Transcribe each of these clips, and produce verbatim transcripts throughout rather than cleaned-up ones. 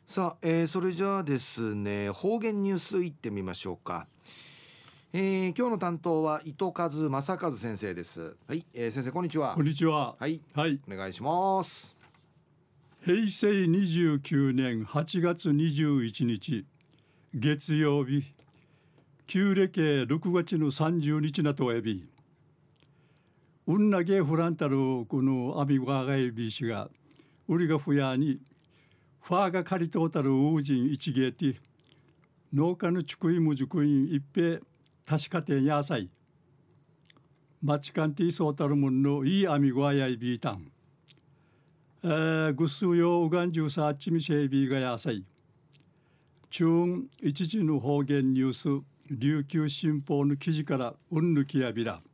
さあ、えーそれじゃあですね、方言ニュースいってみましょうか。えー今日の担当は糸数正和先生です。はい、えー先生こんにちは。 こんにちは。 はい、 はい。 お願いします。 平成にじゅうきゅうねんはちがつにじゅういちにち月曜日、旧暦ろくがつのさんじゅうにちなとえび、うんなげフランタルこのアビワガイビシがウリがふやにファーが借りとうたるウージン一芸ティ農家のちくいむじくいん一平確かてやさいマチカンティソータルムンのいいアミゴアヤイビータンえー、ぐすうようがんじゅうさあっちみせいびがやさい中一時の方言ニュース琉球新報の記事からうんぬきやびら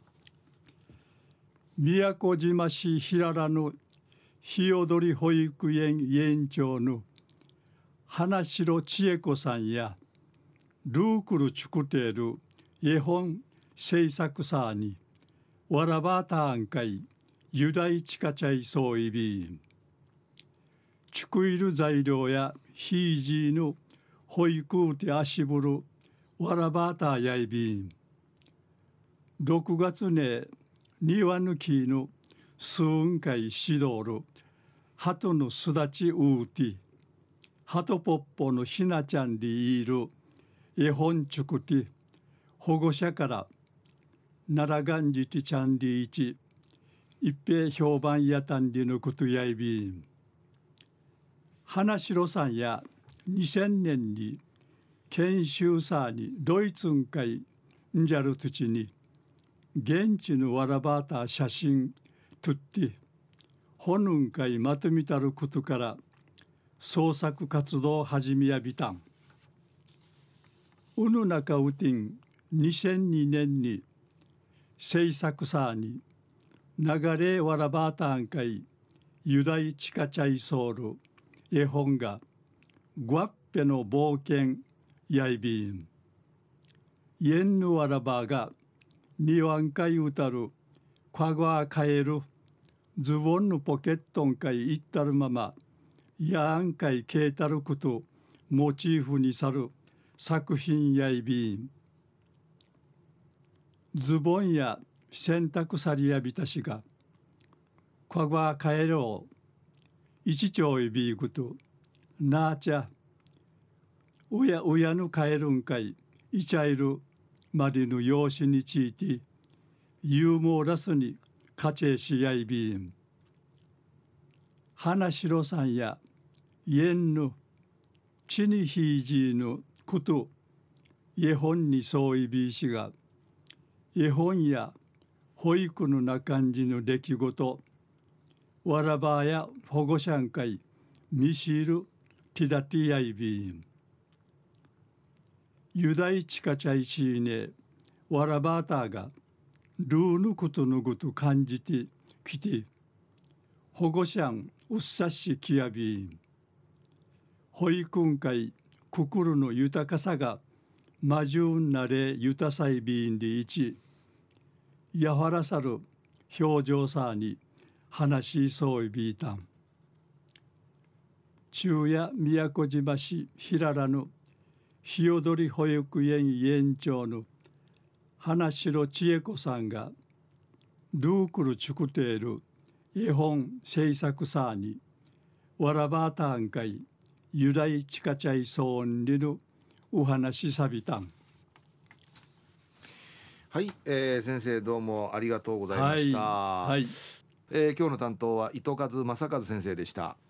宮古島市平良の日踊り保育園園長の花城千恵子さんやルークルチュクテール絵本制作者にわらばたんかいユダイチカチャイソーイビーンチュクイル材料やヒージーの保育うて足ぶるわらばたやいびんろくがつね庭抜きのスーンカイシドール鳩のすだちううて鳩ポッポのひなちゃんりいる絵本チュクティ保護者から奈良がんじてちゃんりいち一平評判やたんりのことやいびん花城さんやにせんねんに研修さにドイツン会んじゃる土地に現地のわらばた写真とって本ん会まとめたることから創作活動を始めやびたんうぬなかうてんにせんにねんに制作さに流れわらばたん会ユダイチカチャイソール絵本がグワッペの冒険やいびんイエンヌわらばがにわんかいうたるかごわかえるズボンのポケットんかいいったるままやんかいけいたることモチーフにさる作品やいびんズボンや洗濯さりやびたしがかごわかえろう一丁いびいことなあちゃうやうやぬかえるんかいいちゃいるまりの用紙についてユーモラスにかちえしやいびん花城さんやイエンヌチニヒージーのこと絵本にそういびいしが絵本や保育のな感じの出来事わらばや保護者んかい見知るティダティやいびんユダイチカチャイシーネわらばたがルーのことのこと感じてきて保護者んうっさしきやびん保育んかい心の豊かさがまじゅんなれゆたさいびんでいちやわらさる表情さに話しそういびいたん中夜宮古島市平良の日踊り保育園園長の花城千恵子さんがルークルチュクテール絵本制作さにわらばたんかい由来ちかちゃいそうにるお話さびたんはい、えー先生どうもありがとうございました。 はい、はいえー今日の担当は糸数正和先生でした。